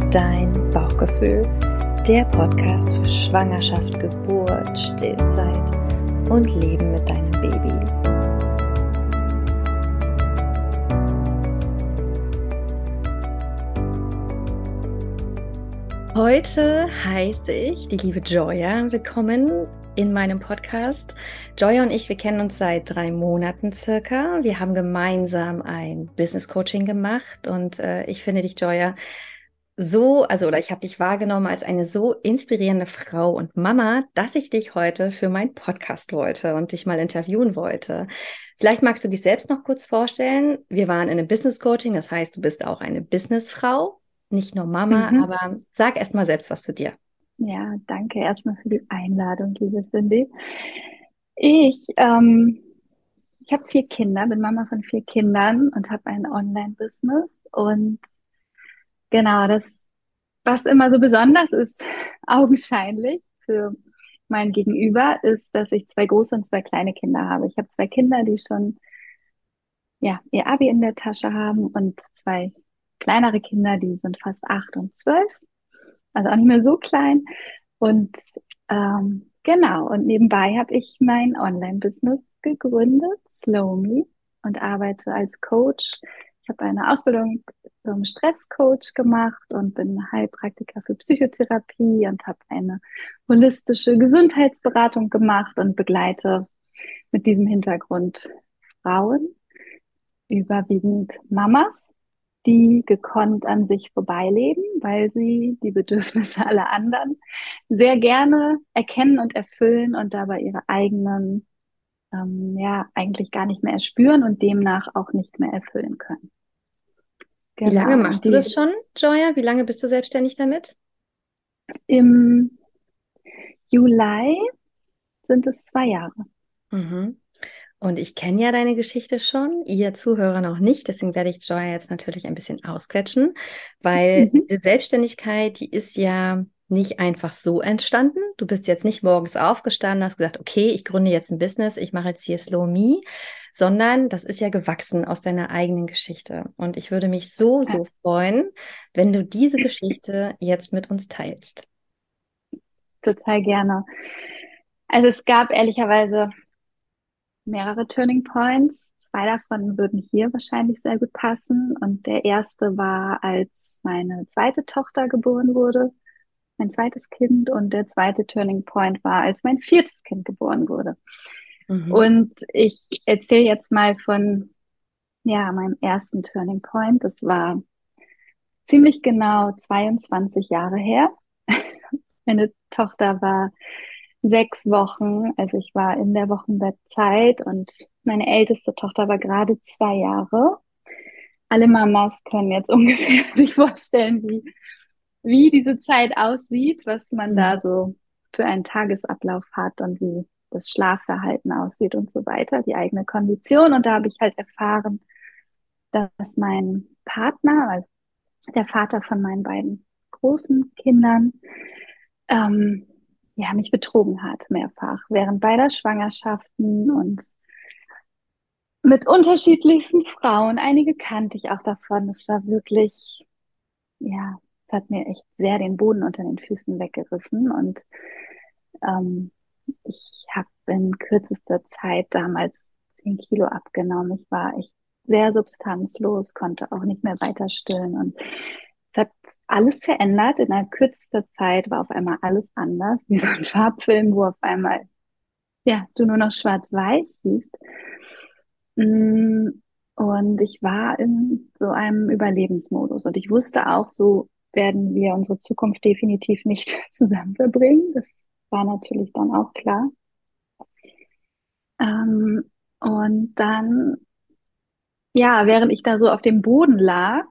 dein Bauchgefühl. Der Podcast für Schwangerschaft, Geburt, Stillzeit und Leben mit deinem Baby. Heute heiße ich die liebe Joya willkommen in meinem Podcast. Joya und ich, wir kennen uns seit 3 Monaten circa. Wir haben gemeinsam ein Business Coaching gemacht und ich finde dich, Joya, ich habe dich wahrgenommen als eine so inspirierende Frau und Mama, dass ich dich heute für meinen Podcast wollte und dich mal interviewen wollte. Vielleicht magst du dich selbst noch kurz vorstellen. Wir waren in einem Business Coaching, das heißt, du bist auch eine Businessfrau, nicht nur Mama, aber sag erst mal selbst was zu dir. Ja, danke erstmal für die Einladung, liebe Cindy. Ich habe 4 Kinder, bin Mama von 4 Kindern und habe ein Online-Business. Und genau das, was immer so besonders ist, augenscheinlich für mein Gegenüber, ist, dass ich 2 große und 2 kleine Kinder habe. Ich habe 2 Kinder, die schon ihr Abi in der Tasche haben und 2 kleinere Kinder, die sind fast 8 und 12, also auch nicht mehr so klein. Und genau, und nebenbei habe ich mein Online-Business gegründet, Slowme, und arbeite als Coach. Ich habe eine Ausbildung zum Stresscoach gemacht und bin Heilpraktiker für Psychotherapie und habe eine holistische Gesundheitsberatung gemacht und begleite mit diesem Hintergrund Frauen, überwiegend Mamas, die gekonnt an sich vorbeileben, weil sie die Bedürfnisse aller anderen sehr gerne erkennen und erfüllen und dabei ihre eigenen eigentlich gar nicht mehr erspüren und demnach auch nicht mehr erfüllen können. Wie lange Genau. Und machst du das schon, Joya? Wie lange bist du selbstständig damit? im Juli sind es 2 Jahre. Mhm. Und ich kenne ja deine Geschichte schon, ihr Zuhörer noch nicht, deswegen werde ich Joya jetzt natürlich ein bisschen ausquetschen, weil Mhm. diese Selbstständigkeit, die ist ja nicht einfach so entstanden. Du bist jetzt nicht morgens aufgestanden, hast gesagt, okay, ich gründe jetzt ein Business, ich mache jetzt hier Slow Me, sondern das ist ja gewachsen aus deiner eigenen Geschichte. Und ich würde mich so, Ja, so freuen, wenn du diese Geschichte jetzt mit uns teilst. total gerne. Also es gab ehrlicherweise mehrere Turning Points. 2 davon würden hier wahrscheinlich sehr gut passen. Und der erste war, als meine zweite Tochter geboren wurde, mein zweites Kind. Und der zweite Turning Point war, als mein 4. Kind geboren wurde. Mhm. Und ich erzähle jetzt mal von, meinem ersten Turning Point. Das war ziemlich genau 22 Jahre her. Meine Tochter war 6 Wochen, also ich war in der Wochenbettzeit, und meine älteste Tochter war gerade 2 Jahre. Alle Mamas können jetzt ungefähr sich vorstellen, wie diese Zeit aussieht, was man Mhm. da so für einen Tagesablauf hat und wie das Schlafverhalten aussieht und so weiter, die eigene Kondition. Und da habe ich halt erfahren, dass mein Partner, also der Vater von meinen beiden großen Kindern, ähm, mich betrogen hat, mehrfach, während beider Schwangerschaften und mit unterschiedlichsten Frauen. Einige kannte ich auch davon. Es war wirklich, es hat mir echt sehr den Boden unter den Füßen weggerissen. Und ähm, ich habe in kürzester Zeit damals 10 Kilo abgenommen. Ich war echt sehr substanzlos, konnte auch nicht mehr weiter stillen. Und es hat alles verändert. In einer kürzester Zeit war auf einmal alles anders, wie so ein Farbfilm, wo auf einmal du nur noch schwarz-weiß siehst. Mm, Und ich war in so einem Überlebensmodus. Und ich wusste auch, so werden wir unsere Zukunft definitiv nicht zusammen verbringen. Das war natürlich dann auch klar. Und dann, während ich da so auf dem Boden lag,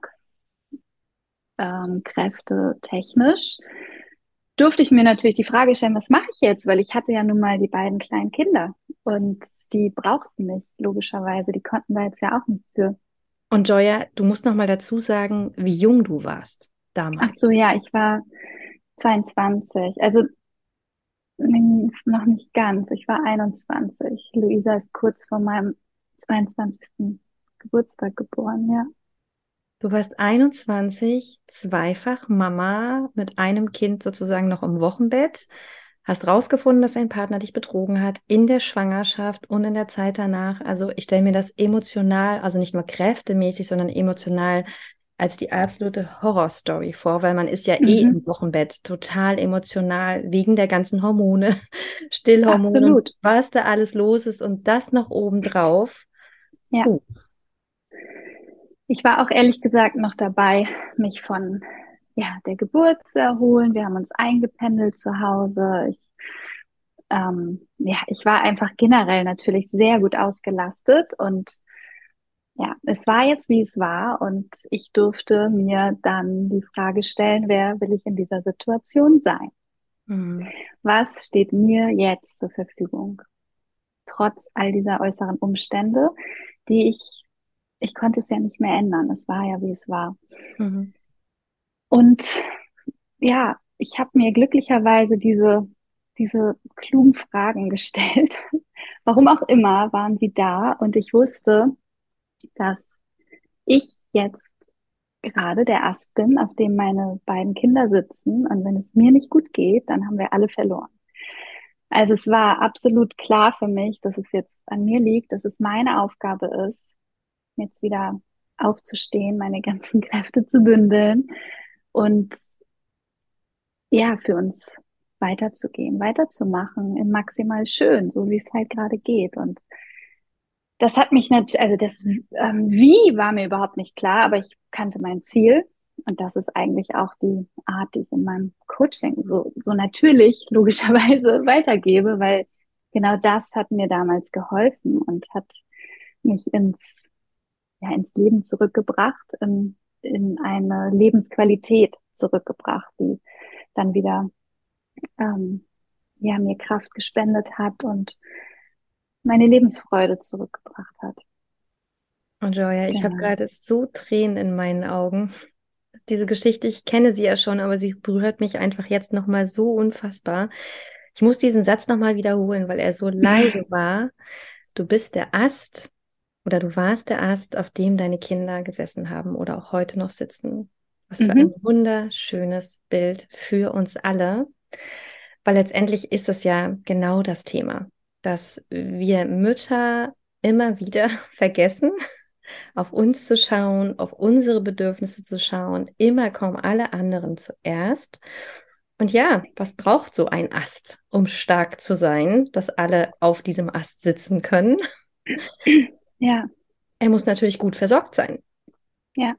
kräftetechnisch, durfte ich mir natürlich die Frage stellen, was mache ich jetzt? Weil ich hatte ja nun mal die beiden kleinen Kinder und die brauchten mich, logischerweise. Die konnten da jetzt ja auch nichts für. Und Joya, du musst noch mal dazu sagen, wie jung du warst Ach damals. so, ja, ich war 22, also noch nicht ganz. Ich war 21. Luisa ist kurz vor meinem 22. Geburtstag geboren, ja. Du warst 21, zweifach Mama mit einem Kind sozusagen noch im Wochenbett, hast rausgefunden, dass dein Partner dich betrogen hat in der Schwangerschaft und in der Zeit danach. Also ich stelle mir das emotional, also nicht nur kräftemäßig, sondern emotional als die absolute Horrorstory vor, weil man ist ja eh im Mhm. Wochenbett total emotional wegen der ganzen Hormone, Stillhormone und Absolut. was da alles los ist und das noch obendrauf. Ja. Puh. Ich war auch ehrlich gesagt noch dabei, mich von der Geburt zu erholen. Wir haben uns eingependelt zu Hause. Ich war einfach generell natürlich sehr gut ausgelastet und ja, es war jetzt, wie es war und ich durfte mir dann die Frage stellen, wer will ich in dieser Situation sein? Mhm. Was steht mir jetzt zur Verfügung? Trotz all dieser äußeren Umstände, die ich konnte es ja nicht mehr ändern. Es war ja, wie es war. Mhm. Und ja, ich habe mir glücklicherweise diese klugen Fragen gestellt. Warum auch immer waren sie da und ich wusste, dass ich jetzt gerade der Ast bin, auf dem meine beiden Kinder sitzen. Und wenn es mir nicht gut geht, dann haben wir alle verloren. Also es war absolut klar für mich, dass es jetzt an mir liegt, dass es meine Aufgabe ist, jetzt wieder aufzustehen, meine ganzen Kräfte zu bündeln und ja, für uns weiterzugehen, weiterzumachen, in maximal schön, so wie es halt gerade geht. Und das hat mich natürlich, also das Wie war mir überhaupt nicht klar, aber ich kannte mein Ziel. Und das ist eigentlich auch die Art, die ich in meinem Coaching so natürlich, logischerweise weitergebe, weil genau das hat mir damals geholfen und hat mich ins Leben zurückgebracht, in eine Lebensqualität zurückgebracht, die dann wieder mir Kraft gespendet hat und meine Lebensfreude zurückgebracht hat. Und Joya, ich habe Genau. gerade so Tränen in meinen Augen. Diese Geschichte, ich kenne sie ja schon, aber sie berührt mich einfach jetzt nochmal so unfassbar. Ich muss diesen Satz nochmal wiederholen, weil er so leise war. Du bist der Ast oder du warst der Ast, auf dem deine Kinder gesessen haben oder auch heute noch sitzen. Was für ein Mhm. wunderschönes Bild für uns alle, weil letztendlich ist es ja genau das Thema, dass wir Mütter immer wieder vergessen, auf uns zu schauen, auf unsere Bedürfnisse zu schauen. Immer kommen alle anderen zuerst. Und ja, was braucht so ein Ast, um stark zu sein, dass alle auf diesem Ast sitzen können? Ja, Er muss natürlich gut versorgt sein. ja,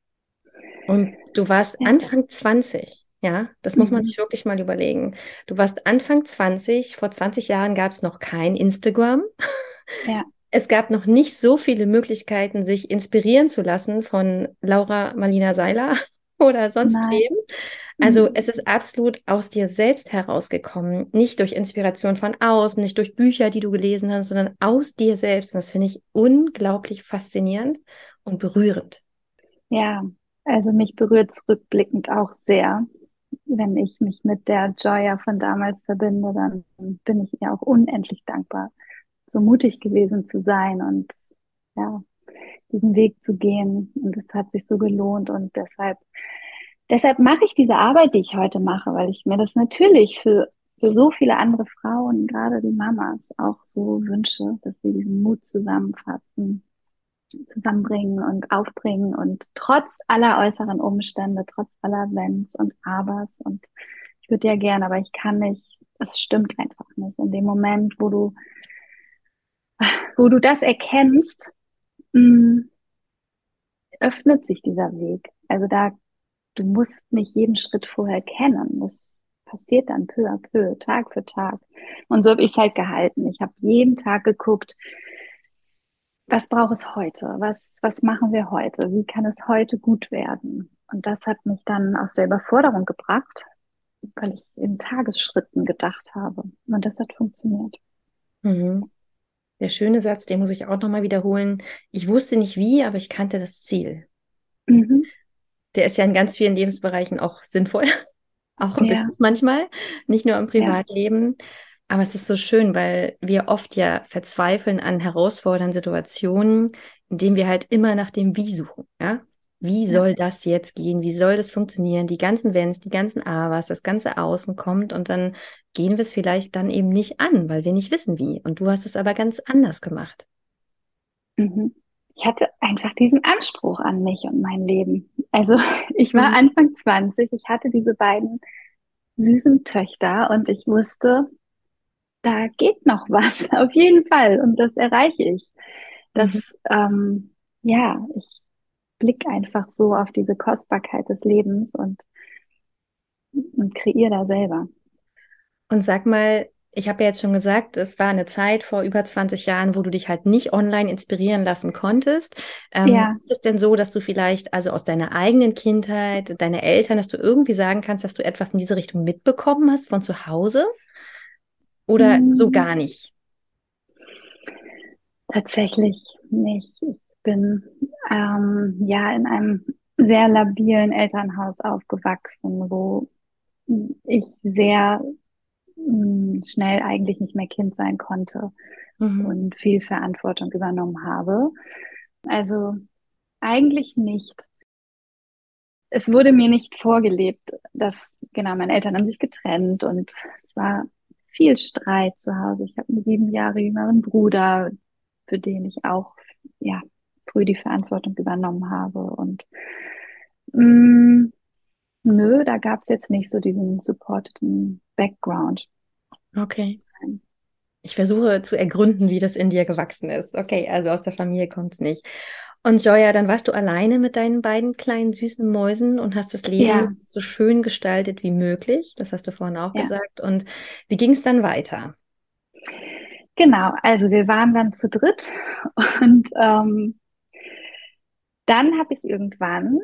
Und du warst ja. Anfang 20, ja, das muss man Mhm. sich wirklich mal überlegen. Du warst Anfang 20, vor 20 Jahren gab es noch kein Instagram. Ja. Es gab noch nicht so viele Möglichkeiten, sich inspirieren zu lassen von Laura Marlina Seiler oder sonst Nein. wem. Also Mhm. es ist absolut aus dir selbst herausgekommen, nicht durch Inspiration von außen, nicht durch Bücher, die du gelesen hast, sondern aus dir selbst. Und das finde ich unglaublich faszinierend und berührend. Ja, also mich berührt es rückblickend auch sehr. Wenn ich mich mit der Joya von damals verbinde, dann bin ich ihr auch unendlich dankbar, so mutig gewesen zu sein und ja, diesen Weg zu gehen. Und es hat sich so gelohnt und deshalb mache ich diese Arbeit, die ich heute mache, weil ich mir das natürlich für so viele andere Frauen, gerade die Mamas, auch so wünsche, dass sie diesen Mut zusammenfassen, zusammenbringen und aufbringen und trotz aller äußeren Umstände, trotz aller Wenns und Abers und ich würde ja gern, aber ich kann nicht, es stimmt einfach nicht. In dem Moment, wo du das erkennst, mh, öffnet sich dieser Weg. Also du musst nicht jeden Schritt vorher kennen. Das passiert dann peu à peu, Tag für Tag. Und so habe ich es halt gehalten. Ich habe jeden Tag geguckt, was braucht es heute? Was machen wir heute? Wie kann es heute gut werden? Und das hat mich dann aus der Überforderung gebracht, weil ich in Tagesschritten gedacht habe. Und das hat funktioniert. Mhm. Der schöne Satz, den muss ich auch nochmal wiederholen. Ich wusste nicht wie, aber ich kannte das Ziel. Mhm. Der ist ja in ganz vielen Lebensbereichen auch sinnvoll, auch im Ja, Business manchmal, nicht nur im ja, Privatleben. Aber es ist so schön, weil wir oft ja verzweifeln an herausfordernden Situationen, indem wir halt immer nach dem Wie suchen. Ja? wie Ja. soll das jetzt gehen? Wie soll das funktionieren? Die ganzen Wenns, die ganzen Awas, das ganze Außen kommt und dann gehen wir es vielleicht dann eben nicht an, weil wir nicht wissen wie. Und du hast es aber ganz anders gemacht. Mhm. Ich hatte einfach diesen Anspruch an mich und mein Leben. Also ich war Mhm. Anfang 20, ich hatte diese beiden süßen Töchter und ich wusste, da geht noch was, auf jeden Fall. Und das erreiche ich. Das, Mhm. ja, ich blicke einfach so auf diese Kostbarkeit des Lebens und kreiere da selber. Und sag mal, ich habe ja jetzt schon gesagt, es war eine Zeit vor über 20 Jahren, wo du dich halt nicht online inspirieren lassen konntest. Ja, Ist es denn so, dass du vielleicht also aus deiner eigenen Kindheit, deine Eltern, dass du irgendwie sagen kannst, dass du etwas in diese Richtung mitbekommen hast von zu Hause oder so mm, gar nicht? tatsächlich nicht. Ich bin ja in einem sehr labilen Elternhaus aufgewachsen, wo ich sehr schnell eigentlich nicht mehr Kind sein konnte Mhm. und viel Verantwortung übernommen habe. Also eigentlich nicht. Es wurde mir nicht vorgelebt, dass, genau, meine Eltern haben sich getrennt und es war viel Streit zu Hause. Ich habe einen 7 Jahre jüngeren Bruder, für den ich auch, ja, früh die Verantwortung übernommen habe. Und mh, nö, da gab es jetzt nicht so diesen supporteden Background. Okay. Ich versuche zu ergründen, wie das in dir gewachsen ist. Okay, also aus der Familie kommt es nicht. Und Joya, dann warst du alleine mit deinen beiden kleinen süßen Mäusen und hast das Leben Ja, so schön gestaltet wie möglich. Das hast du vorhin auch ja, gesagt. Und wie ging es dann weiter? genau. Also wir waren dann zu dritt und dann habe ich irgendwann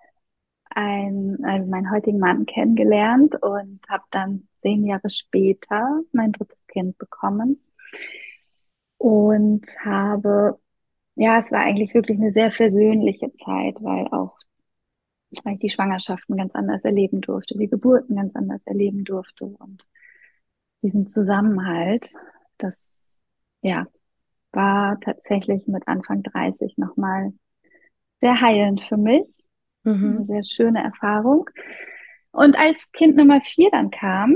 also meinen heutigen Mann kennengelernt und habe dann 10 Jahre später mein drittes Kind bekommen und habe, ja, es war eigentlich wirklich eine sehr versöhnliche Zeit, weil ich die Schwangerschaften ganz anders erleben durfte, die Geburten ganz anders erleben durfte und diesen Zusammenhalt, das, ja, war tatsächlich mit Anfang 30 nochmal sehr heilend für mich. Eine Mhm. sehr schöne Erfahrung. Und als Kind Nummer 4 dann kam,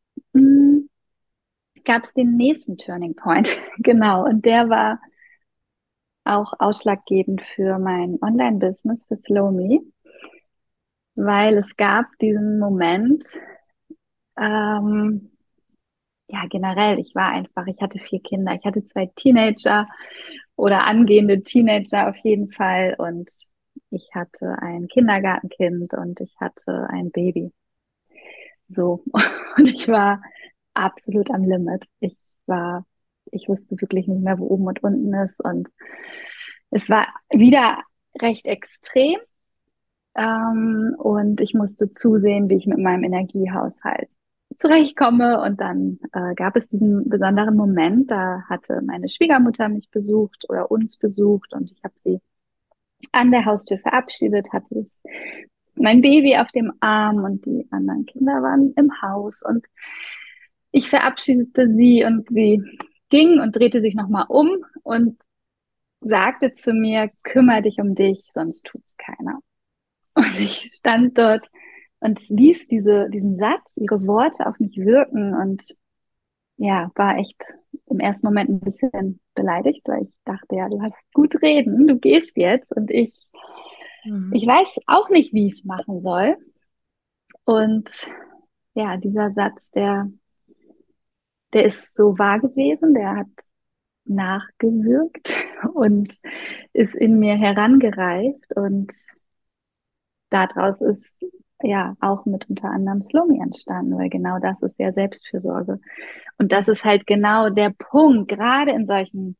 gab es den nächsten Turning Point. Genau. Und der war auch ausschlaggebend für mein Online-Business, für Slow Me, weil es gab diesen Moment, ähm, ja, generell, ich hatte 4 Kinder, ich hatte 2 Teenager oder angehende Teenager auf jeden Fall und ich hatte ein Kindergartenkind und ich hatte ein Baby. So. Und ich war absolut am Limit. War, ich wusste wirklich nicht mehr, wo oben und unten ist. Und es war wieder recht extrem. Und ich musste zusehen, wie ich mit meinem Energiehaushalt zurechtkomme. Und dann gab es diesen besonderen Moment, da hatte meine Schwiegermutter mich besucht oder uns besucht und ich habe sie an der Haustür verabschiedet, mein Baby auf dem Arm und die anderen Kinder waren im Haus und ich verabschiedete sie und sie ging und drehte sich nochmal um und sagte zu mir, kümmere dich um dich, sonst tut's keiner. Und ich stand dort und ließ diesen Satz, ihre Worte auf mich wirken und ja, war echt im ersten Moment ein bisschen beleidigt, weil ich dachte, ja, du hast gut reden, du gehst jetzt und Mhm. ich weiß auch nicht, wie ich es machen soll. Und ja, dieser Satz, der ist so wahr gewesen, der hat nachgewirkt und ist in mir herangereift und daraus ist ja auch mit unter anderem Slow-Me entstanden, weil genau das ist ja Selbstfürsorge. Und das ist halt genau der Punkt, gerade in solchen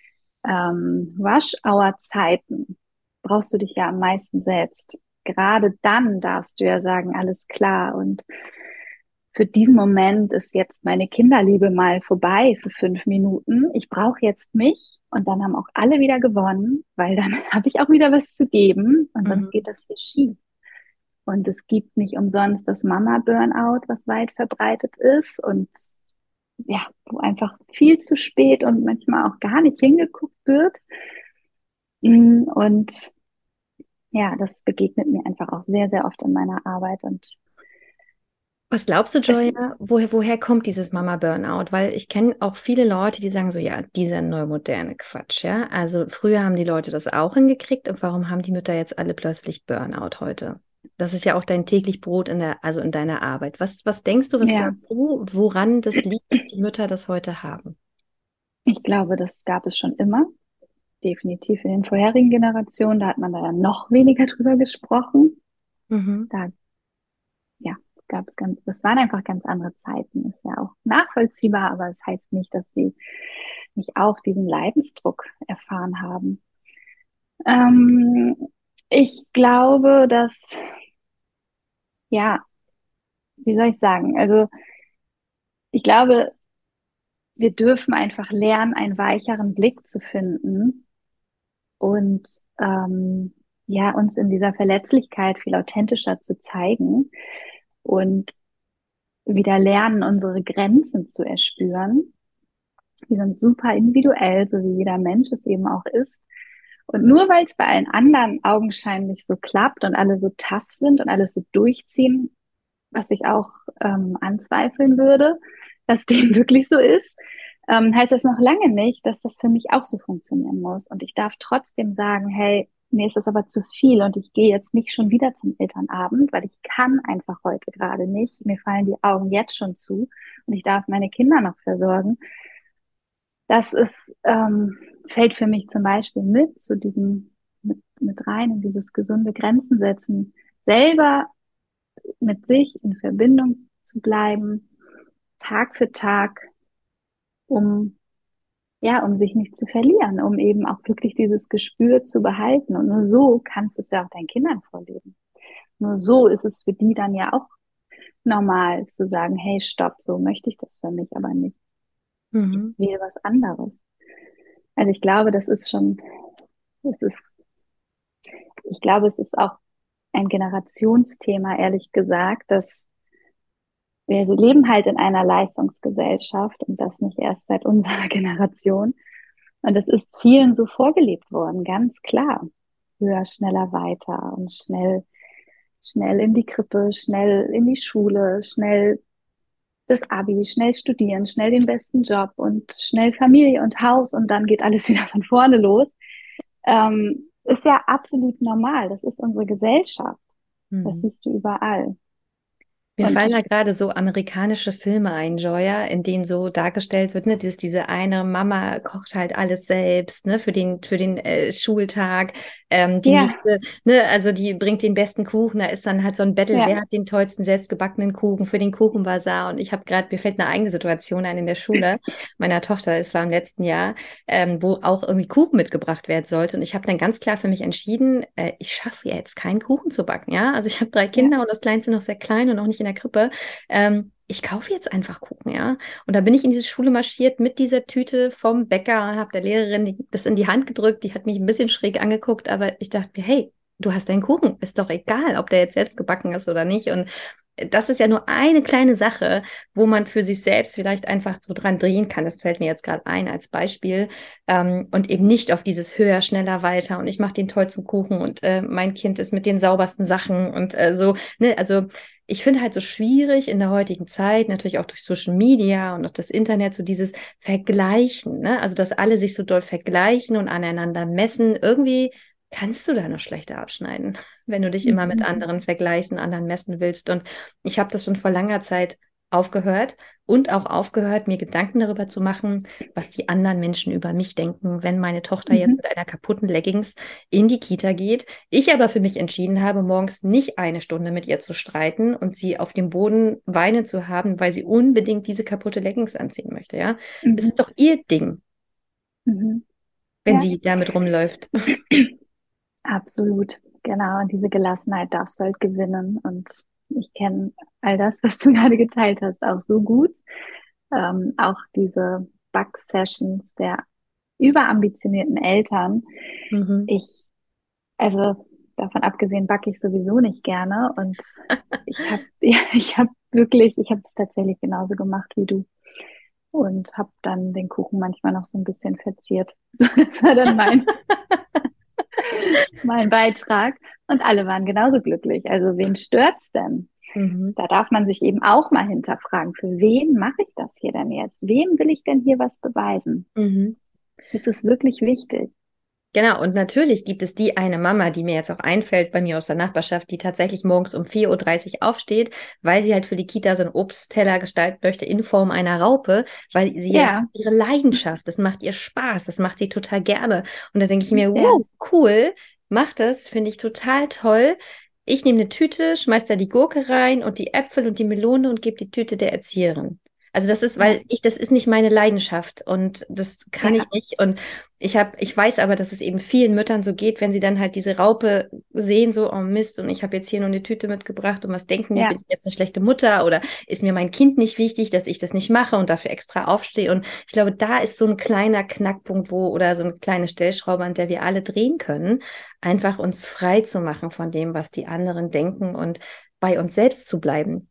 Rush-Hour-Zeiten brauchst du dich ja am meisten selbst. Gerade dann darfst du ja sagen, alles klar. Und für diesen Moment ist jetzt meine Kinderliebe mal vorbei für 5 Minuten. Ich brauche jetzt mich. Und dann haben auch alle wieder gewonnen, weil dann habe ich auch wieder was zu geben. Und sonst Mhm. geht das hier schief. Und es gibt nicht umsonst das Mama-Burnout, was weit verbreitet ist. Und ja, wo einfach viel zu spät und manchmal auch gar nicht hingeguckt wird. Und ja, das begegnet mir einfach auch sehr, sehr oft in meiner Arbeit und Was glaubst du, es, Joya, woher kommt dieses Mama-Burnout? Weil ich kenne auch viele Leute, die sagen so, ja, dieser neumoderne Quatsch, ja. Also früher haben die Leute das auch hingekriegt und warum haben die Mütter jetzt alle plötzlich Burnout heute? Das ist ja auch dein täglich Brot also in deiner Arbeit. Was denkst du, was ja, glaubst du, woran das liegt, dass die Mütter das heute haben? ich glaube, das gab es schon immer, definitiv in den vorherigen Generationen, da hat man da ja noch weniger drüber gesprochen. Mhm. Da, ja, gab es das waren einfach ganz andere Zeiten, ist ja auch nachvollziehbar, aber es heißt nicht, dass sie nicht auch diesen Leidensdruck erfahren haben. Ähm, Ich glaube, dass, ja, wie soll ich sagen? Also, ich glaube, wir dürfen einfach lernen, einen weicheren Blick zu finden und ja, uns in dieser Verletzlichkeit viel authentischer zu zeigen und wieder lernen, unsere Grenzen zu erspüren. Die sind super individuell, so wie jeder Mensch es eben auch ist. Und nur weil es bei allen anderen augenscheinlich so klappt und alle so tough sind und alles so durchziehen, was ich auch anzweifeln würde, dass dem wirklich so ist, heißt das noch lange nicht, dass das für mich auch so funktionieren muss. Und ich darf trotzdem sagen, hey, mir ist das aber zu viel und ich gehe jetzt nicht schon wieder zum Elternabend, weil ich kann einfach heute gerade nicht. Mir fallen die Augen jetzt schon zu und ich darf meine Kinder noch versorgen. Das ist, fällt für mich zum Beispiel mit zu mit rein in dieses gesunde Grenzen setzen, selber mit sich in Verbindung zu bleiben, Tag für Tag, um, ja, um sich nicht zu verlieren, um eben auch wirklich dieses Gespür zu behalten. Und nur so kannst du es ja auch deinen Kindern vorleben. Nur so ist es für die dann ja auch normal zu sagen, hey, stopp, so möchte ich das für mich aber nicht. Ich Mhm. will was anderes. Also ich glaube, das ist schon, es ist, ich glaube, es ist auch ein Generationsthema, ehrlich gesagt, dass wir leben halt in einer Leistungsgesellschaft und das nicht erst seit unserer Generation. Und es ist vielen so vorgelebt worden, ganz klar. Höher, schneller, weiter und schnell in die Krippe, schnell in die Schule, schnell das Abi, schnell studieren, schnell den besten Job und schnell Familie und Haus und dann geht alles wieder von vorne los. Ist ja absolut normal. Das ist unsere Gesellschaft. Das Mhm. siehst du überall. Mir Und fallen da gerade so amerikanische Filme ein, Joya, in denen so dargestellt wird, ne, diese eine Mama kocht halt alles selbst, ne, für den Schultag. Die ja, nächste, ne, also die bringt den besten Kuchen. Da ist dann halt so ein Battle, ja, wer hat den tollsten selbstgebackenen Kuchen für den Kuchenbazar. Und ich habe gerade, mir fällt eine eigene Situation ein in der Schule meiner Tochter, es war im letzten Jahr, wo auch irgendwie Kuchen mitgebracht werden sollte. Und ich habe dann ganz klar für mich entschieden, ich schaffe jetzt keinen Kuchen zu backen, ja. Also ich habe drei ja. Kinder und das Kleinste noch sehr klein und noch nicht in der Krippe. Ich kaufe jetzt einfach Kuchen, ja. Und da bin ich in diese Schule marschiert mit dieser Tüte vom Bäcker und habe der Lehrerin das in die Hand gedrückt. Die hat mich ein bisschen schräg angeguckt, aber ich dachte mir, hey, du hast deinen Kuchen. Ist doch egal, ob der jetzt selbst gebacken ist oder nicht. Und das ist ja nur eine kleine Sache, wo man für sich selbst vielleicht einfach so dran drehen kann. Das fällt mir jetzt gerade ein als Beispiel. Und eben nicht auf dieses höher, schneller, weiter. Und ich mache den tollsten Kuchen und mein Kind ist mit den saubersten Sachen und so. Ne? Also ich finde halt so schwierig in der heutigen Zeit, natürlich auch durch Social Media und auch das Internet, so dieses Vergleichen. Ne? Also dass alle sich so doll vergleichen und aneinander messen. Irgendwie kannst du da noch schlechter abschneiden, wenn du dich immer mit Mhm. anderen vergleichen, anderen messen willst. Und ich habe das schon vor langer Zeit aufgehört und auch aufgehört, mir Gedanken darüber zu machen, was die anderen Menschen über mich denken, wenn meine Tochter jetzt Mhm. mit einer kaputten Leggings in die Kita geht. Ich aber für mich entschieden habe, morgens nicht eine Stunde mit ihr zu streiten und sie auf dem Boden weinen zu haben, weil sie unbedingt diese kaputte Leggings anziehen möchte, ja. Es ist Mhm. doch ihr Ding, Mhm. wenn Ja, sie damit rumläuft. absolut. Genau. Und diese Gelassenheit darfst du halt gewinnen. Und ich kenne all das, was du gerade geteilt hast, auch so gut. Auch diese Back-Sessions der überambitionierten Eltern. Mhm. Ich, also davon abgesehen, backe ich sowieso nicht gerne. Und ja, ich habe es tatsächlich genauso gemacht wie du. Und habe dann den Kuchen manchmal noch so ein bisschen verziert. Das war dann mein Beitrag. Und alle waren genauso glücklich. Also wen stört's denn? Mhm. Da darf man sich eben auch mal hinterfragen, für wen mache ich das hier denn jetzt? Wem will ich denn hier was beweisen? Mhm. Das ist wirklich wichtig. Genau, und natürlich gibt es die eine Mama, die mir jetzt auch einfällt, bei mir aus der Nachbarschaft, die tatsächlich morgens um 4:30 Uhr aufsteht, weil sie halt für die Kita so einen Obstteller gestalten möchte in Form einer Raupe, weil sie das ist Ja, ihre Leidenschaft, das macht ihr Spaß, das macht sie total gerne. Und da denke ich mir, ja, wow, cool, mach das, finde ich total toll. Ich nehme eine Tüte, schmeiß da die Gurke rein und die Äpfel und die Melone und gebe die Tüte der Erzieherin. Also das ist, ja, das ist nicht meine Leidenschaft und das kann ich ja, nicht. Und ich weiß aber, dass es eben vielen Müttern so geht, wenn sie dann halt diese Raupe sehen, so, oh Mist, und ich habe jetzt hier nur eine Tüte mitgebracht und was denken die, bin ja, ich jetzt eine schlechte Mutter oder ist mir mein Kind nicht wichtig, dass ich das nicht mache und dafür extra aufstehe. Und ich glaube, da ist so ein kleiner Knackpunkt, oder so eine kleine Stellschraube, an der wir alle drehen können, einfach uns frei zu machen von dem, was die anderen denken und bei uns selbst zu bleiben.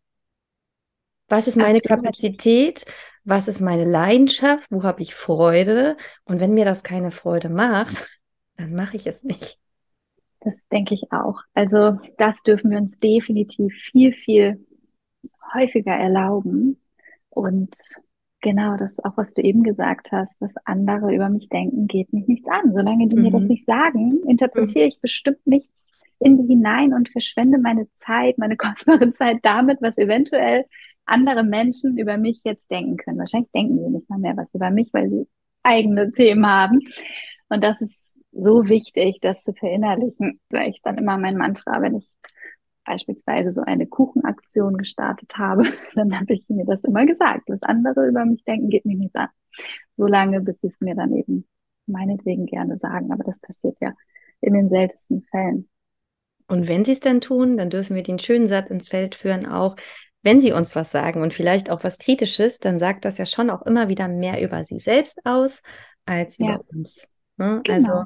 Was ist meine absolut. Kapazität? Was ist meine Leidenschaft? Wo habe ich Freude? Und wenn mir das keine Freude macht, dann mache ich es nicht. Das denke ich auch. Also das dürfen wir uns definitiv viel, viel häufiger erlauben. Und genau das auch, was du eben gesagt hast, was andere über mich denken, geht mich nichts an. Solange die mir das Mhm. nicht sagen, Mhm. interpretiere ich bestimmt nichts in die hinein und verschwende meine Zeit, meine kostbare Zeit damit, was eventuell andere Menschen über mich jetzt denken können. Wahrscheinlich denken sie nicht mal mehr was über mich, weil sie eigene Themen haben. Und das ist so wichtig, das zu verinnerlichen. Das ist echt dann immer mein Mantra, wenn ich beispielsweise so eine Kuchenaktion gestartet habe, dann habe ich mir das immer gesagt. Was andere über mich denken, geht mich nicht an. Solange, bis sie es mir dann eben meinetwegen gerne sagen. Aber das passiert ja in den seltensten Fällen. Und wenn sie es dann tun, dann dürfen wir den schönen Satz ins Feld führen, auch wenn sie uns was sagen und vielleicht auch was Kritisches, dann sagt das ja schon auch immer wieder mehr über sie selbst aus als Ja, über uns. Ne? Also genau.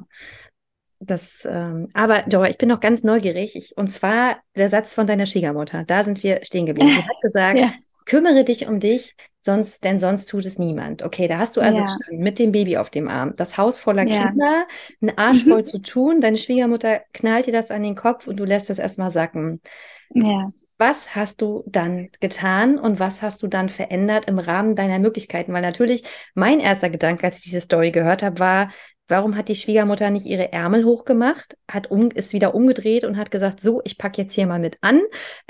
aber Joa, ich bin noch ganz neugierig. Und zwar der Satz von deiner Schwiegermutter. Da sind wir stehen geblieben. Sie hat gesagt, Ja, kümmere dich um dich, denn sonst tut es niemand. Okay, da hast du also ja, gestanden mit dem Baby auf dem Arm, das Haus voller ja. Kinder, ein Arsch voll Mhm. zu tun. Deine Schwiegermutter knallt dir das an den Kopf und du lässt es erstmal sacken. Ja. Was hast du dann getan und was hast du dann verändert im Rahmen deiner Möglichkeiten? Weil natürlich mein erster Gedanke, als ich diese Story gehört habe, war, warum hat die Schwiegermutter nicht ihre Ärmel hochgemacht, ist wieder umgedreht und hat gesagt, so, ich packe jetzt hier mal mit an.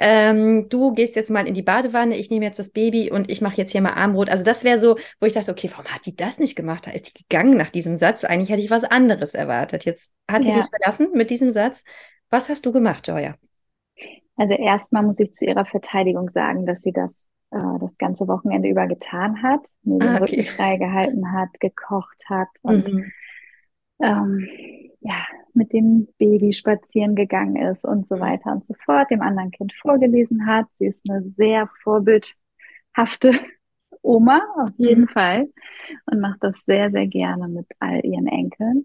Du gehst jetzt mal in die Badewanne, ich nehme jetzt das Baby und ich mache jetzt hier mal Armbrot. Also das wäre so, wo ich dachte, okay, warum hat die das nicht gemacht? Da ist die gegangen nach diesem Satz. Eigentlich hätte ich was anderes erwartet. Jetzt hat sie dich Ja. verlassen mit diesem Satz. Was hast du gemacht, Joya? Also erstmal muss ich zu ihrer Verteidigung sagen, dass sie das ganze Wochenende über getan hat, mir den Ah, Rücken okay. frei gehalten hat, gekocht hat und Mhm. ähm, ja, mit dem Baby spazieren gegangen ist und so Mhm. weiter und so fort, dem anderen Kind vorgelesen hat. Sie ist eine sehr vorbildhafte Oma, auf Mhm. jeden Fall, und macht das sehr, sehr gerne mit all ihren Enkeln.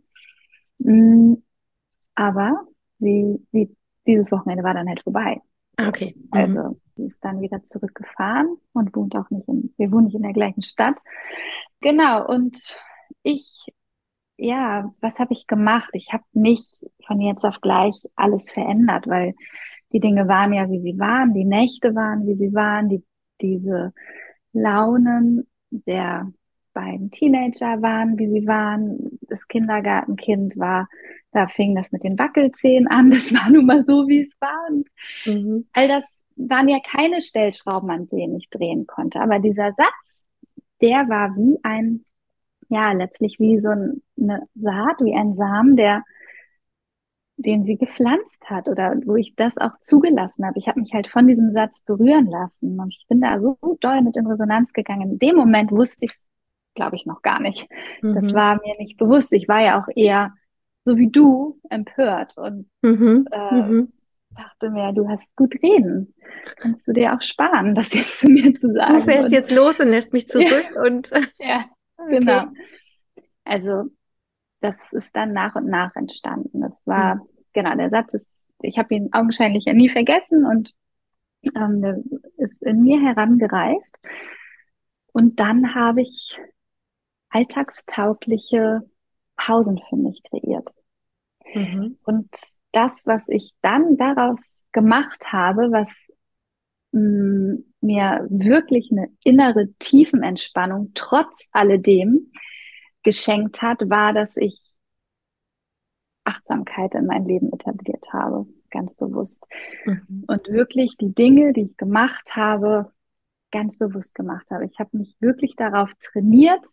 Mm, Aber sie, dieses Wochenende war dann halt vorbei. Ah, So. okay. Mhm. Also sie ist dann wieder zurückgefahren und wohnt auch nicht wir wohnen nicht in der gleichen Stadt. Genau, und ich ja, was habe ich gemacht? Ich habe nicht von jetzt auf gleich alles verändert, weil die Dinge waren ja, wie sie waren, die Nächte waren, wie sie waren, diese Launen der beiden Teenager waren, wie sie waren, das Kindergartenkind war, da fing das mit den Wackelzähnen an, das war nun mal so, wie es war. Und Mhm. all das waren ja keine Stellschrauben, an denen ich drehen konnte, aber dieser Satz, der war wie ja, letztlich wie so eine Saat, wie ein Samen, den sie gepflanzt hat oder wo ich das auch zugelassen habe. Ich habe mich halt von diesem Satz berühren lassen und ich bin da so doll mit in Resonanz gegangen. In dem Moment wusste ich es, glaube ich, noch gar nicht. Das Mhm. war mir nicht bewusst. Ich war ja auch eher so wie du empört und Mhm. äh, Mhm. dachte mir, du hast gut reden. Kannst du dir auch sparen, das jetzt zu mir zu Du sagen. fährst Und jetzt los und lässt mich ja, zurück und ja, genau. okay. Also das ist dann nach und nach entstanden. Das Mhm. war, genau, der Satz ist, ich habe ihn augenscheinlich ja nie vergessen und der ist in mir herangereift. Und dann habe ich alltagstaugliche Pausen für mich kreiert. Mhm. Und das, was ich dann daraus gemacht habe, was mir wirklich eine innere Tiefenentspannung trotz alledem geschenkt hat, war, dass ich Achtsamkeit in mein Leben etabliert habe, ganz bewusst. Mhm. Und wirklich die Dinge, die ich gemacht habe, ganz bewusst gemacht habe. Ich habe mich wirklich darauf trainiert,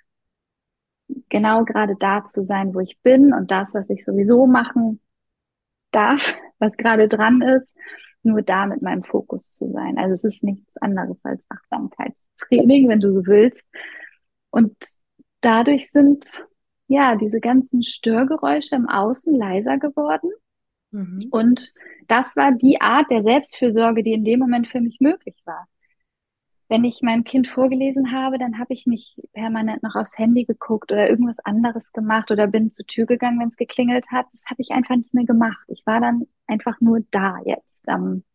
genau gerade da zu sein, wo ich bin und das, was ich sowieso machen darf, was gerade dran ist, nur da mit meinem Fokus zu sein. Also es ist nichts anderes als Achtsamkeitstraining, wenn du so willst. Und dadurch sind ja diese ganzen Störgeräusche im Außen leiser geworden. Mhm. Und das war die Art der Selbstfürsorge, die in dem Moment für mich möglich war. Wenn ich meinem Kind vorgelesen habe, dann habe ich nicht permanent noch aufs Handy geguckt oder irgendwas anderes gemacht oder bin zur Tür gegangen, wenn es geklingelt hat. Das habe ich einfach nicht mehr gemacht. Ich war dann einfach nur da jetzt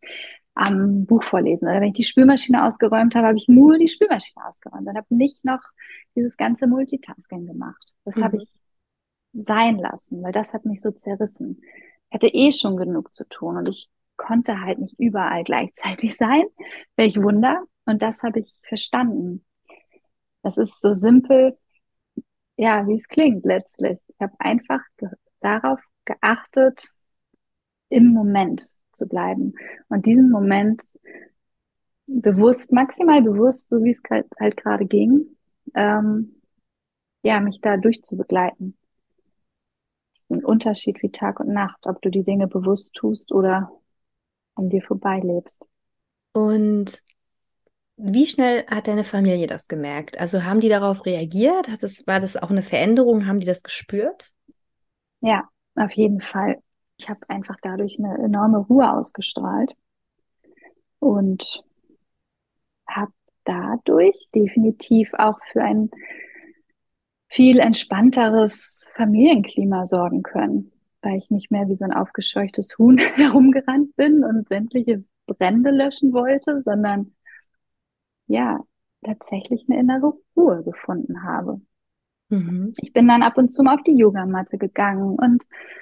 am Buch vorlesen. Oder wenn ich die Spülmaschine ausgeräumt habe, habe ich nur die Spülmaschine ausgeräumt und habe nicht noch dieses ganze Multitasking gemacht. Das habe Mhm. ich sein lassen, weil das hat mich so zerrissen. Ich hatte eh schon genug zu tun und ich konnte halt nicht überall gleichzeitig sein. Welch Wunder. Und das habe ich verstanden. Das ist so simpel, ja, wie es klingt letztlich. Ich habe einfach darauf geachtet, im Moment zu bleiben und diesen Moment bewusst, maximal bewusst, so wie es halt gerade ging, ja, mich da durchzubegleiten. Das ist ein Unterschied wie Tag und Nacht, ob du die Dinge bewusst tust oder an dir vorbeilebst. Und wie schnell hat deine Familie das gemerkt? Also haben die darauf reagiert? War das auch eine Veränderung? Haben die das gespürt? Ja, auf jeden Fall. Ich habe einfach dadurch eine enorme Ruhe ausgestrahlt und habe dadurch definitiv auch für ein viel entspannteres Familienklima sorgen können, weil ich nicht mehr wie so ein aufgescheuchtes Huhn herumgerannt bin und sämtliche Brände löschen wollte, sondern ja, tatsächlich eine innere Ruhe gefunden habe. Mhm. Ich bin dann ab und zu mal auf die Yogamatte gegangen und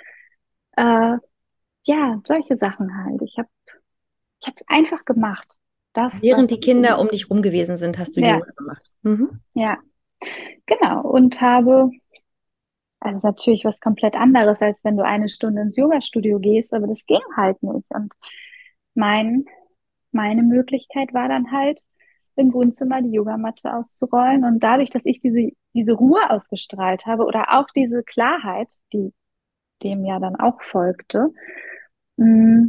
äh, ja, solche Sachen halt. Ich habe es einfach gemacht. Das, Während die was, Kinder um dich rum gewesen sind, hast du ja, Yoga gemacht. Mhm. ja, genau. Und habe, also ist natürlich was komplett anderes, als wenn du eine Stunde ins Yogastudio gehst, aber das ging halt nicht. Und mein, meine Möglichkeit war dann halt, im Wohnzimmer die Yogamatte auszurollen. Und dadurch, dass ich diese Ruhe ausgestrahlt habe oder auch diese Klarheit, die dem ja dann auch folgte, mh,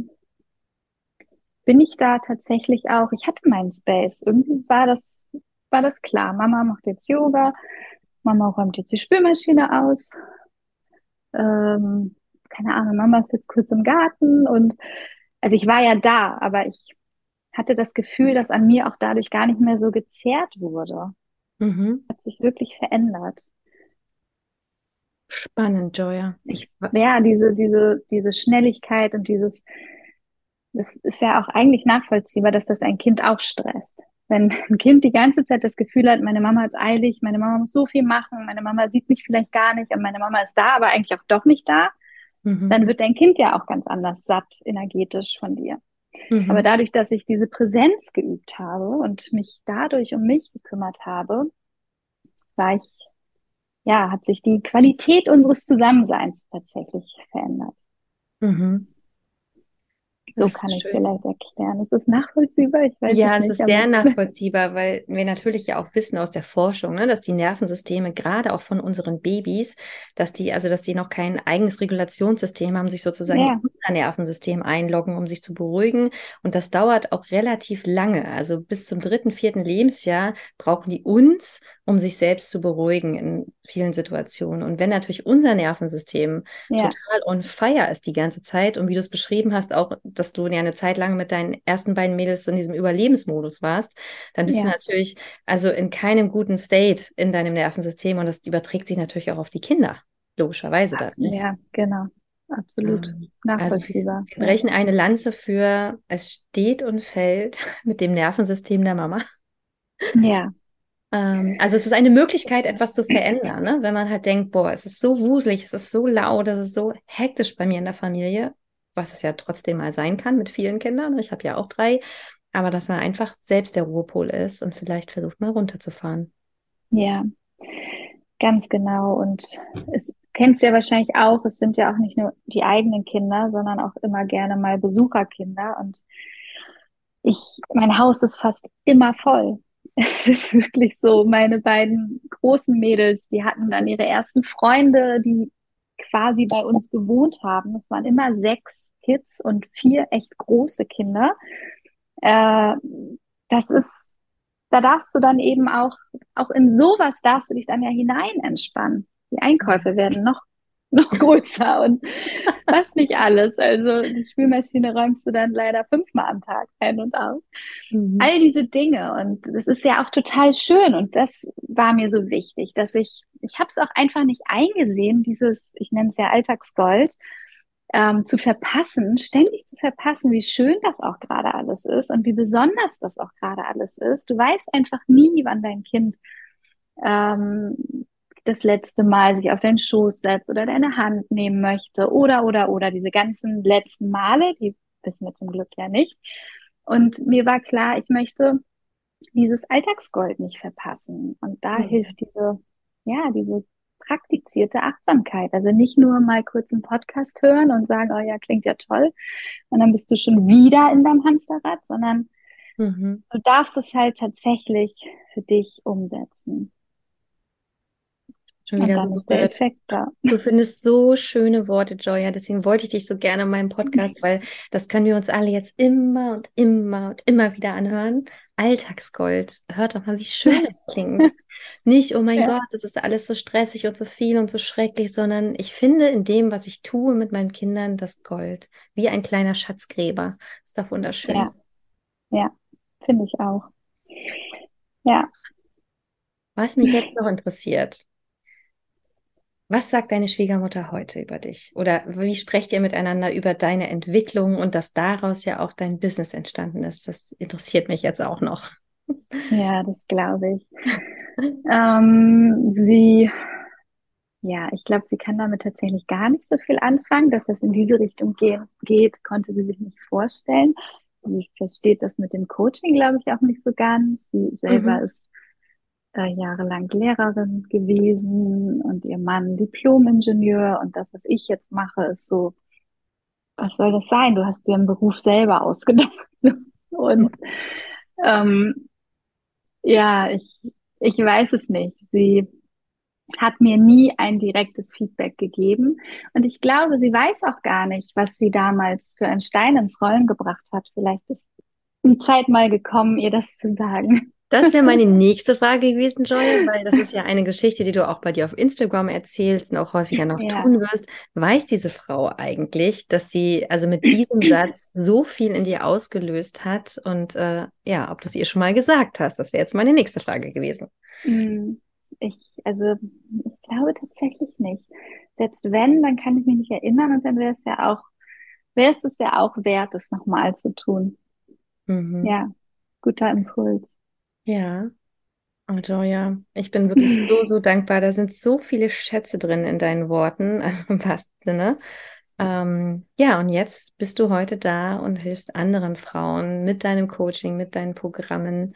bin ich da tatsächlich auch, ich hatte meinen Space. Irgendwie war das klar. Mama macht jetzt Yoga, Mama räumt jetzt die Spülmaschine aus. Ähm, keine Ahnung, Mama ist jetzt kurz im Garten und also ich war ja da, aber ich hatte das Gefühl, dass an mir auch dadurch gar nicht mehr so gezerrt wurde. Mhm. Hat sich wirklich verändert. Spannend, Joya. Ja, diese Schnelligkeit und das ist ja auch eigentlich nachvollziehbar, dass das ein Kind auch stresst. Wenn ein Kind die ganze Zeit das Gefühl hat, meine Mama hat es eilig, meine Mama muss so viel machen, meine Mama sieht mich vielleicht gar nicht und meine Mama ist da, aber eigentlich auch doch nicht da, Mhm. dann wird dein Kind ja auch ganz anders satt, energetisch von dir. Aber Mhm. dadurch, dass ich diese Präsenz geübt habe und mich dadurch um mich gekümmert habe, war ich, ja, hat sich die Qualität unseres Zusammenseins tatsächlich verändert. Mhm. Das So ist kann ich es schön. vielleicht erklären. Ist es nachvollziehbar? Ich weiß Ja, es es nicht, ist aber sehr nachvollziehbar, weil wir natürlich ja auch wissen aus der Forschung, ne, dass die Nervensysteme, gerade auch von unseren Babys, dass die noch kein eigenes Regulationssystem haben, sich sozusagen in ja, unser Nervensystem einloggen, um sich zu beruhigen. Und das dauert auch relativ lange. Also bis zum dritten, vierten Lebensjahr brauchen die uns, um sich selbst zu beruhigen in vielen Situationen. Und wenn natürlich unser Nervensystem ja, total on fire ist die ganze Zeit und wie du es beschrieben hast, auch, dass du ja eine Zeit lang mit deinen ersten beiden Mädels in diesem Überlebensmodus warst, dann bist du ja, natürlich also in keinem guten State in deinem Nervensystem und das überträgt sich natürlich auch auf die Kinder, logischerweise dann, ne? ja, genau. Absolut Also nachvollziehbar. wir Ja, brechen eine Lanze für, es steht und fällt mit dem Nervensystem der Mama. ja, Also es ist eine Möglichkeit, etwas zu verändern, ne? Wenn man halt denkt, boah, es ist so wuselig, es ist so laut, es ist so hektisch bei mir in der Familie, was es ja trotzdem mal sein kann mit vielen Kindern. Ne? Ich habe ja auch drei, aber dass man einfach selbst der Ruhepol ist und vielleicht versucht mal runterzufahren. Ja, ganz genau. Und es kennst du ja wahrscheinlich auch, es sind ja auch nicht nur die eigenen Kinder, sondern auch immer gerne mal Besucherkinder. Und mein Haus ist fast immer voll. Es ist wirklich so, meine beiden großen Mädels, die hatten dann ihre ersten Freunde, die quasi bei uns gewohnt haben. Es waren immer 6 Kids und 4 echt große Kinder. Äh, Das ist, da darfst du dann eben auch in sowas darfst du dich dann ja hinein entspannen. Die Einkäufe werden noch größer und was nicht alles. Also die Spülmaschine räumst du dann leider 5-mal am Tag ein und aus. Mhm. All diese Dinge und das ist ja auch total schön und das war mir so wichtig, dass ich habe es auch einfach nicht eingesehen, dieses, ich nenne es ja Alltagsgold, zu verpassen, ständig zu verpassen, wie schön das auch gerade alles ist und wie besonders das auch gerade alles ist. Du weißt einfach nie, wann dein Kind ähm, das letzte Mal sich auf deinen Schoß setzt oder deine Hand nehmen möchte oder diese ganzen letzten Male, die wissen wir zum Glück ja nicht. Und mir war klar, ich möchte dieses Alltagsgold nicht verpassen. Und da Mhm. hilft diese praktizierte Achtsamkeit. Also nicht nur mal kurz einen Podcast hören und sagen, oh ja, klingt ja toll. Und dann bist du schon wieder in deinem Hamsterrad, sondern Mhm. du darfst es halt tatsächlich für dich umsetzen. Schon Und wieder so dann ist der berührt. Effekt da. Du findest so schöne Worte, Joya. Deswegen wollte ich dich so gerne in meinem Podcast, weil das können wir uns alle jetzt immer und immer und immer wieder anhören. Alltagsgold. Hört doch mal, wie schön das klingt. Nicht, oh mein Ja, Gott, das ist alles so stressig und so viel und so schrecklich, sondern ich finde in dem, was ich tue mit meinen Kindern, das Gold. Wie ein kleiner Schatzgräber. Ist doch ja, wunderschön. ja, finde ich auch. Ja. Was mich jetzt noch interessiert. Was sagt deine Schwiegermutter heute über dich? Oder wie sprecht ihr miteinander über deine Entwicklung und dass daraus ja auch dein Business entstanden ist? Das interessiert mich jetzt auch noch. Ja, das glaube ich. Ja, ich glaube, sie kann damit tatsächlich gar nicht so viel anfangen, dass das in diese Richtung geht, konnte sie sich nicht vorstellen. Sie versteht das mit dem Coaching, glaube ich, auch nicht so ganz. Sie selber Mhm. ist jahrelang Lehrerin gewesen und ihr Mann Diplom-Ingenieur. Und das, was ich jetzt mache, ist so, was soll das sein? Du hast dir einen Beruf selber ausgedacht. Und ähm, ja, ich weiß es nicht. Sie hat mir nie ein direktes Feedback gegeben. Und ich glaube, sie weiß auch gar nicht, was sie damals für einen Stein ins Rollen gebracht hat. Vielleicht ist die Zeit mal gekommen, ihr das zu sagen. Das wäre meine nächste Frage gewesen, Joya, weil das ist ja eine Geschichte, die du auch bei dir auf Instagram erzählst und auch häufiger noch Ja, tun wirst. Weiß diese Frau eigentlich, dass sie also mit diesem Satz so viel in dir ausgelöst hat? Und ja, ob du es ihr schon mal gesagt hast, das wäre jetzt meine nächste Frage gewesen. mm, ich glaube tatsächlich nicht. Selbst wenn, dann kann ich mich nicht erinnern und dann wäre es es ja auch wert, es nochmal zu tun. Mhm. Ja, guter Impuls. Ja. Oh, Joja, ich bin wirklich so, so dankbar. Da sind so viele Schätze drin in deinen Worten, also im wahrsten Sinne. Ja, und jetzt bist du heute da und hilfst anderen Frauen mit deinem Coaching, mit deinen Programmen,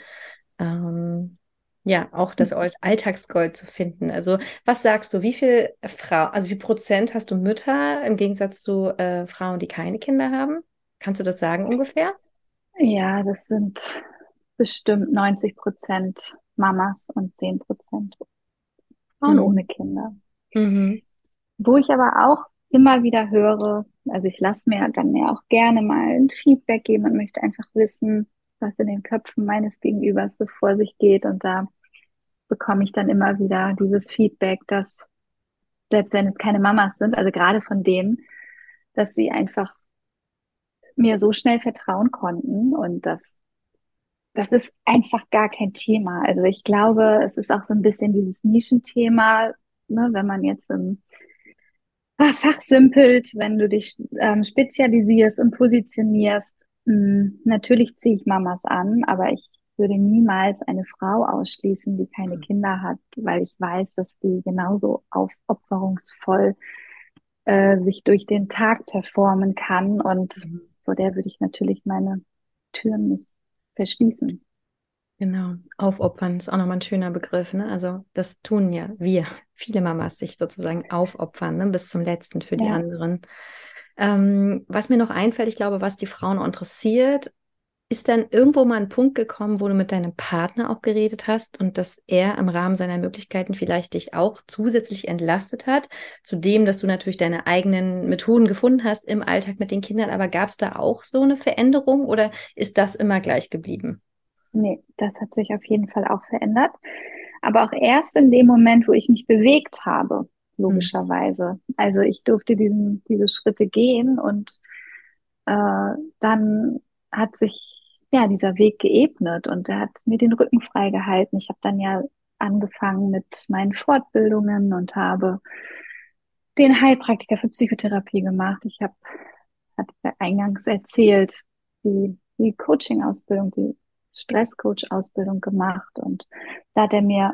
ja, auch das Alltagsgold zu finden. Also, was sagst du, wie viel also wie Prozent hast du Mütter im Gegensatz zu Frauen, die keine Kinder haben? Kannst du das sagen ungefähr? Ja, das sind bestimmt 90% Mamas und 10% Frauen ohne Mhm. Kinder. Mhm. Wo ich aber auch immer wieder höre, also ich lasse mir dann ja auch gerne mal ein Feedback geben und möchte einfach wissen, was in den Köpfen meines Gegenübers so vor sich geht. Und da bekomme ich dann immer wieder dieses Feedback, dass selbst wenn es keine Mamas sind, also gerade von denen, dass sie einfach mir so schnell vertrauen konnten und das ist einfach gar kein Thema. Also ich glaube, es ist auch so ein bisschen dieses Nischenthema, ne, wenn man jetzt im fachsimpelt, wenn du dich spezialisierst und positionierst. Natürlich ziehe ich Mamas an, aber ich würde niemals eine Frau ausschließen, die keine Kinder hat, weil ich weiß, dass die genauso aufopferungsvoll sich durch den Tag performen kann. Und Mhm. vor der würde ich natürlich meine Türen nicht verschließen. Genau, aufopfern ist auch nochmal ein schöner Begriff, ne? Also das tun ja wir, viele Mamas sich sozusagen aufopfern, ne? Bis zum Letzten für die Ja, anderen. Was mir noch einfällt, ich glaube, was die Frauen auch interessiert, ist dann irgendwo mal ein Punkt gekommen, wo du mit deinem Partner auch geredet hast und dass er im Rahmen seiner Möglichkeiten vielleicht dich auch zusätzlich entlastet hat, zu dem, dass du natürlich deine eigenen Methoden gefunden hast im Alltag mit den Kindern, aber gab es da auch so eine Veränderung oder ist das immer gleich geblieben? nee, das hat sich auf jeden Fall auch verändert. Aber auch erst in dem Moment, wo ich mich bewegt habe, Hm. logischerweise. Also ich durfte diese Schritte gehen und dann hat sich ja dieser Weg geebnet und er hat mir den Rücken frei gehalten. Ich habe dann ja angefangen mit meinen Fortbildungen und habe den Heilpraktiker für Psychotherapie gemacht. Hatte ich ja eingangs erzählt, die Coaching-Ausbildung, die Stresscoach-Ausbildung gemacht und da hat er mir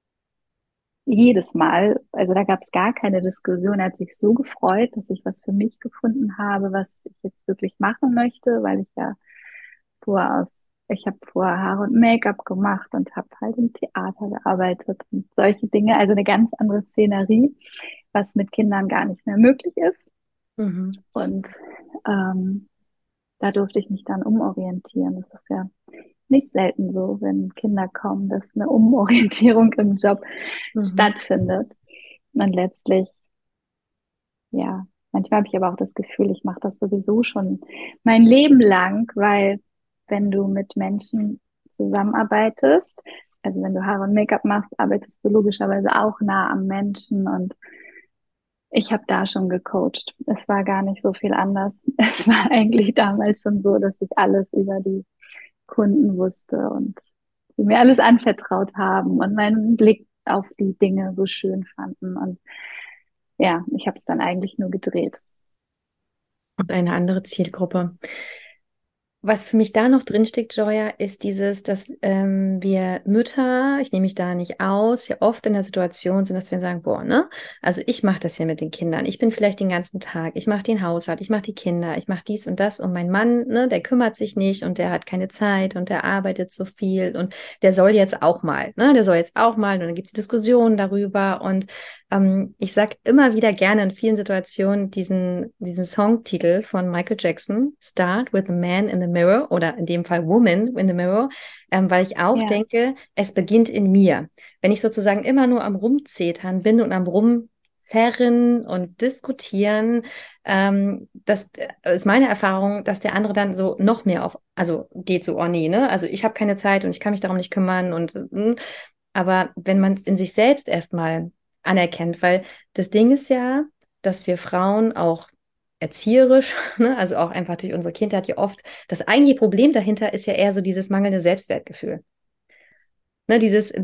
jedes Mal, also da gab es gar keine Diskussion, er hat sich so gefreut, dass ich was für mich gefunden habe, was ich jetzt wirklich machen möchte, weil ich ja vorher aus, ich habe vorher Haare und Make-up gemacht und habe halt im Theater gearbeitet und solche Dinge, also eine ganz andere Szenerie, was mit Kindern gar nicht mehr möglich ist. Mhm. Und ähm, da durfte ich mich dann umorientieren. Das ist ja nicht selten so, wenn Kinder kommen, dass eine Umorientierung im Job Mhm. stattfindet. Und letztlich, ja, manchmal habe ich aber auch das Gefühl, ich mache das sowieso schon mein Leben lang, weil wenn du mit Menschen zusammenarbeitest, also wenn du Haare und Make-up machst, arbeitest du logischerweise auch nah am Menschen und ich habe da schon gecoacht. Es war gar nicht so viel anders. Es war eigentlich damals schon so, dass ich alles über die Kunden wusste und die mir alles anvertraut haben und meinen Blick auf die Dinge so schön fanden. Und ja, ich habe es dann eigentlich nur gedreht. Und eine andere Zielgruppe. Was für mich da noch drinsteckt, Joya, ist dieses, dass wir Mütter, ich nehme mich da nicht aus, ja oft in der Situation sind, dass wir sagen, boah, ne, also ich mache das hier mit den Kindern. Ich bin vielleicht den ganzen Tag, ich mache den Haushalt, ich mache die Kinder, ich mache dies und das und mein Mann, ne, der kümmert sich nicht und der hat keine Zeit und der arbeitet so viel und der soll jetzt auch mal, ne, der soll jetzt auch mal und dann gibt es Diskussionen darüber und ich sage immer wieder gerne in vielen Situationen diesen Songtitel von Michael Jackson, Start with the Man in the Mirror oder in dem Fall Woman in the Mirror, weil ich auch Ja, denke, es beginnt in mir. Wenn ich sozusagen immer nur am Rumzetern bin und am Rumzerren und diskutieren, das ist meine Erfahrung, dass der andere dann so noch mehr also geht so, oh nee, ne? Also ich habe keine Zeit und ich kann mich darum nicht kümmern aber wenn man es in sich selbst erstmal anerkennt, weil das Ding ist ja, dass wir Frauen auch erzieherisch, ne, also auch einfach durch unsere Kindheit ja oft, das eigentliche Problem dahinter ist ja eher so dieses mangelnde Selbstwertgefühl. Ne,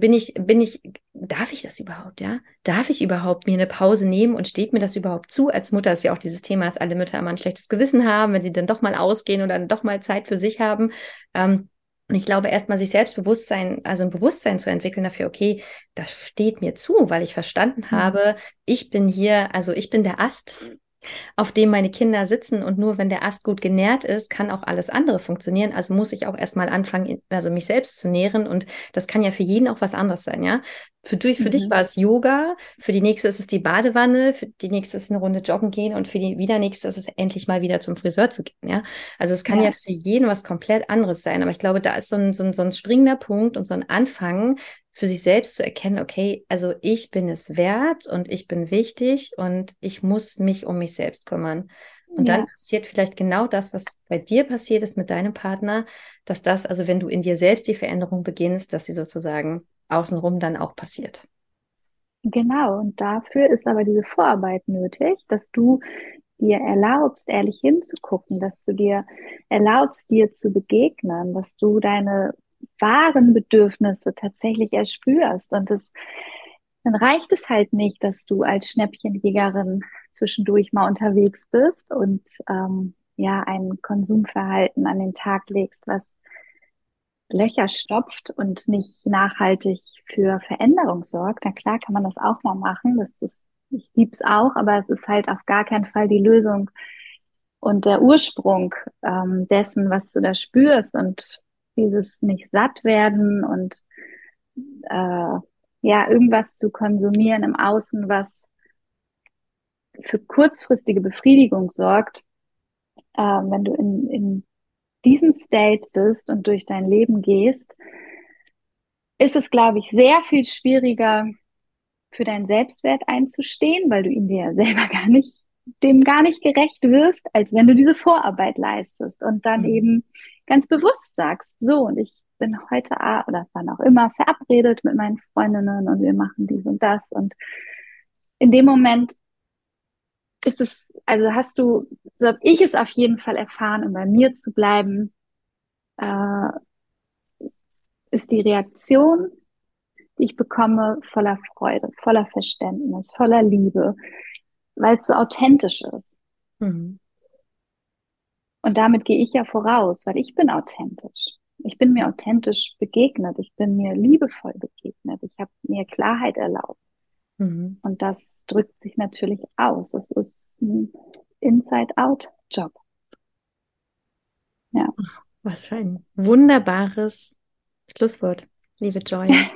darf ich das überhaupt, ja? Darf ich überhaupt mir eine Pause nehmen und steht mir das überhaupt zu? Als Mutter ist ja auch dieses Thema, dass alle Mütter immer ein schlechtes Gewissen haben, wenn sie dann doch mal ausgehen oder dann doch mal Zeit für sich haben. Und ich glaube, erstmal sich Selbstbewusstsein, also ein Bewusstsein zu entwickeln dafür, okay, das steht mir zu, weil ich verstanden hm. habe, ich bin hier, also ich bin der Ast auf dem meine Kinder sitzen und nur wenn der Ast gut genährt ist, kann auch alles andere funktionieren. Also muss ich auch erstmal anfangen, also mich selbst zu nähren und das kann ja für jeden auch was anderes sein, ja. Für dich Mhm. war es Yoga, für die nächste ist es die Badewanne, für die nächste ist eine Runde joggen gehen und für die wieder nächste ist es endlich mal wieder zum Friseur zu gehen, ja. Also es kann ja Ja, für jeden was komplett anderes sein, aber ich glaube, da ist so ein springender Punkt und so ein Anfang, für sich selbst zu erkennen, okay, also ich bin es wert und ich bin wichtig und ich muss mich um mich selbst kümmern. Und dann ja, passiert vielleicht genau das, was bei dir passiert ist mit deinem Partner, dass das, also wenn du in dir selbst die Veränderung beginnst, dass sie sozusagen außenrum dann auch passiert. genau. Und dafür ist aber diese Vorarbeit nötig, dass du dir erlaubst, ehrlich hinzugucken, dass du dir erlaubst, dir zu begegnen, dass du deine wahren Bedürfnisse tatsächlich erspürst. Und dann reicht es halt nicht, dass du als Schnäppchenjägerin zwischendurch mal unterwegs bist und ja, ein Konsumverhalten an den Tag legst, was Löcher stopft und nicht nachhaltig für Veränderung sorgt, dann klar kann man das auch mal machen. Ich lieb's auch, aber es ist halt auf gar keinen Fall die Lösung und der Ursprung dessen, was du da spürst und dieses nicht satt werden und ja, irgendwas zu konsumieren im Außen, was für kurzfristige Befriedigung sorgt, wenn du in diesem State bist und durch dein Leben gehst, ist es, glaube ich, sehr viel schwieriger für deinen Selbstwert einzustehen, weil du ihn dir ja selber dem gar nicht gerecht wirst, als wenn du diese Vorarbeit leistest und dann eben ganz bewusst sagst, so, und ich bin heute oder wann auch immer verabredet mit meinen Freundinnen und wir machen dies und das. Und in dem Moment ist es, also so habe ich es auf jeden Fall erfahren, um bei mir zu bleiben, äh, ist die Reaktion, die ich bekomme, voller Freude, voller Verständnis, voller Liebe, weil es so authentisch ist. Mhm. Und damit gehe ich ja voraus, weil ich bin authentisch. Ich bin mir authentisch begegnet. Ich bin mir liebevoll begegnet. Ich habe mir Klarheit erlaubt. Mhm. Und das drückt sich natürlich aus. Es ist ein Inside-out-Job. Ja. Was für ein wunderbares Schlusswort, liebe Joya.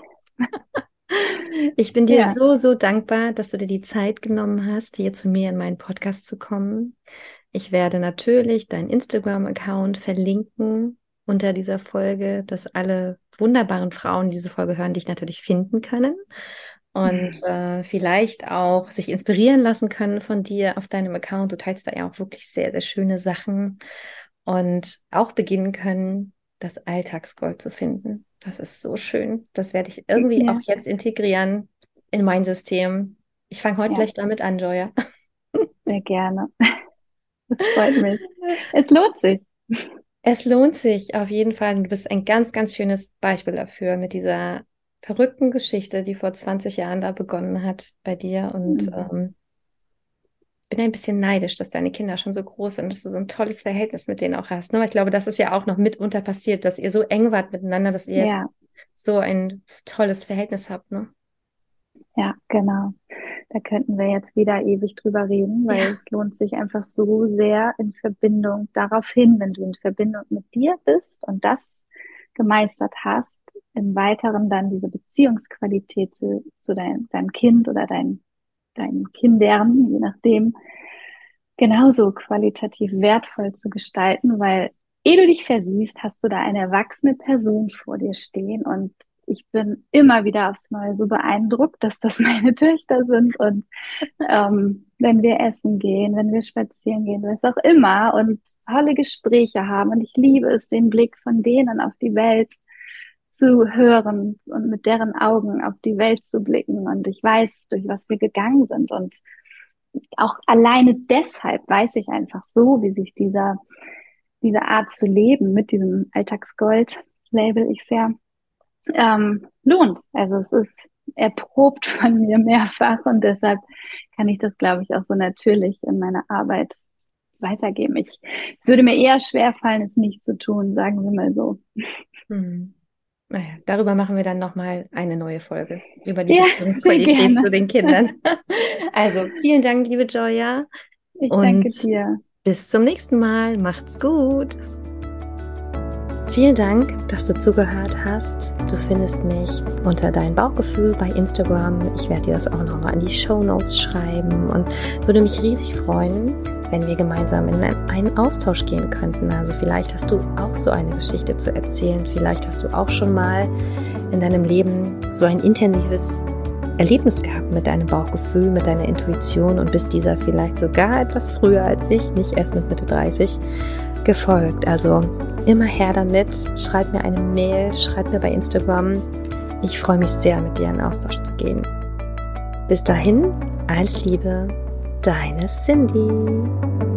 Ich bin dir Ja. so, so dankbar, dass du dir die Zeit genommen hast, hier zu mir in meinen Podcast zu kommen. Ich werde natürlich deinen Instagram-Account verlinken unter dieser Folge, dass alle wunderbaren Frauen, die diese Folge hören, dich natürlich finden können und vielleicht auch sich inspirieren lassen können von dir auf deinem Account. Du teilst da ja auch wirklich sehr, sehr schöne Sachen und auch beginnen können, das Alltagsgold zu finden. Das ist so schön. Das werde ich irgendwie auch Ja. jetzt integrieren in mein System. Ich fange heute Ja, gleich damit an, Joya. sehr gerne. Das freut mich. Es lohnt sich. Es lohnt sich auf jeden Fall. Du bist ein ganz, ganz schönes Beispiel dafür mit dieser verrückten Geschichte, die vor 20 Jahren da begonnen hat bei dir. Und bin ein bisschen neidisch, dass deine Kinder schon so groß sind, dass du so ein tolles Verhältnis mit denen auch hast. Ne? Weil ich glaube, das ist ja auch noch mitunter passiert, dass ihr so eng wart miteinander, dass ihr jetzt Ja, so ein tolles Verhältnis habt. Ne? ja, genau. Da könnten wir jetzt wieder ewig drüber reden, weil Ja. es lohnt sich einfach so sehr in Verbindung darauf hin, wenn du in Verbindung mit dir bist und das gemeistert hast, im Weiteren dann diese Beziehungsqualität zu deinem Kind oder deinen Kindern, je nachdem, genauso qualitativ wertvoll zu gestalten, weil ehe du dich versiehst, hast du da eine erwachsene Person vor dir stehen und ich bin immer wieder aufs Neue so beeindruckt, dass das meine Töchter sind und wenn wir essen gehen, wenn wir spazieren gehen, was auch immer und tolle Gespräche haben und ich liebe es, den Blick von denen auf die Welt zu hören und mit deren Augen auf die Welt zu blicken und ich weiß, durch was wir gegangen sind und auch alleine deshalb weiß ich einfach so, wie sich diese Art zu leben mit diesem Alltagsgold, label ich sehr, lohnt. Also es ist erprobt von mir mehrfach und deshalb kann ich das, glaube ich, auch so natürlich in meiner Arbeit weitergeben. Es würde mir eher schwerfallen, es nicht zu tun, sagen wir mal so. Hm. Naja, darüber machen wir dann nochmal eine neue Folge, über die Ja, sehr Beziehungsqualität zu gerne. den Kindern. Also vielen Dank, liebe Joya, Ich danke und dir. bis zum nächsten Mal. Macht's gut. Vielen Dank, dass du zugehört hast. Du findest mich unter Dein Bauchgefühl bei Instagram. Ich werde dir das auch nochmal in die Shownotes schreiben und würde mich riesig freuen, wenn wir gemeinsam in einen Austausch gehen könnten. Also vielleicht hast du auch so eine Geschichte zu erzählen. Vielleicht hast du auch schon mal in deinem Leben so ein intensives Erlebnis gehabt mit deinem Bauchgefühl, mit deiner Intuition und bist dieser vielleicht sogar etwas früher als ich, nicht erst mit Mitte 30, gefolgt. Also immer her damit, schreib mir eine Mail, schreib mir bei Instagram. Ich freue mich sehr, mit dir in Austausch zu gehen. Bis dahin, alles Liebe, deine Cindy.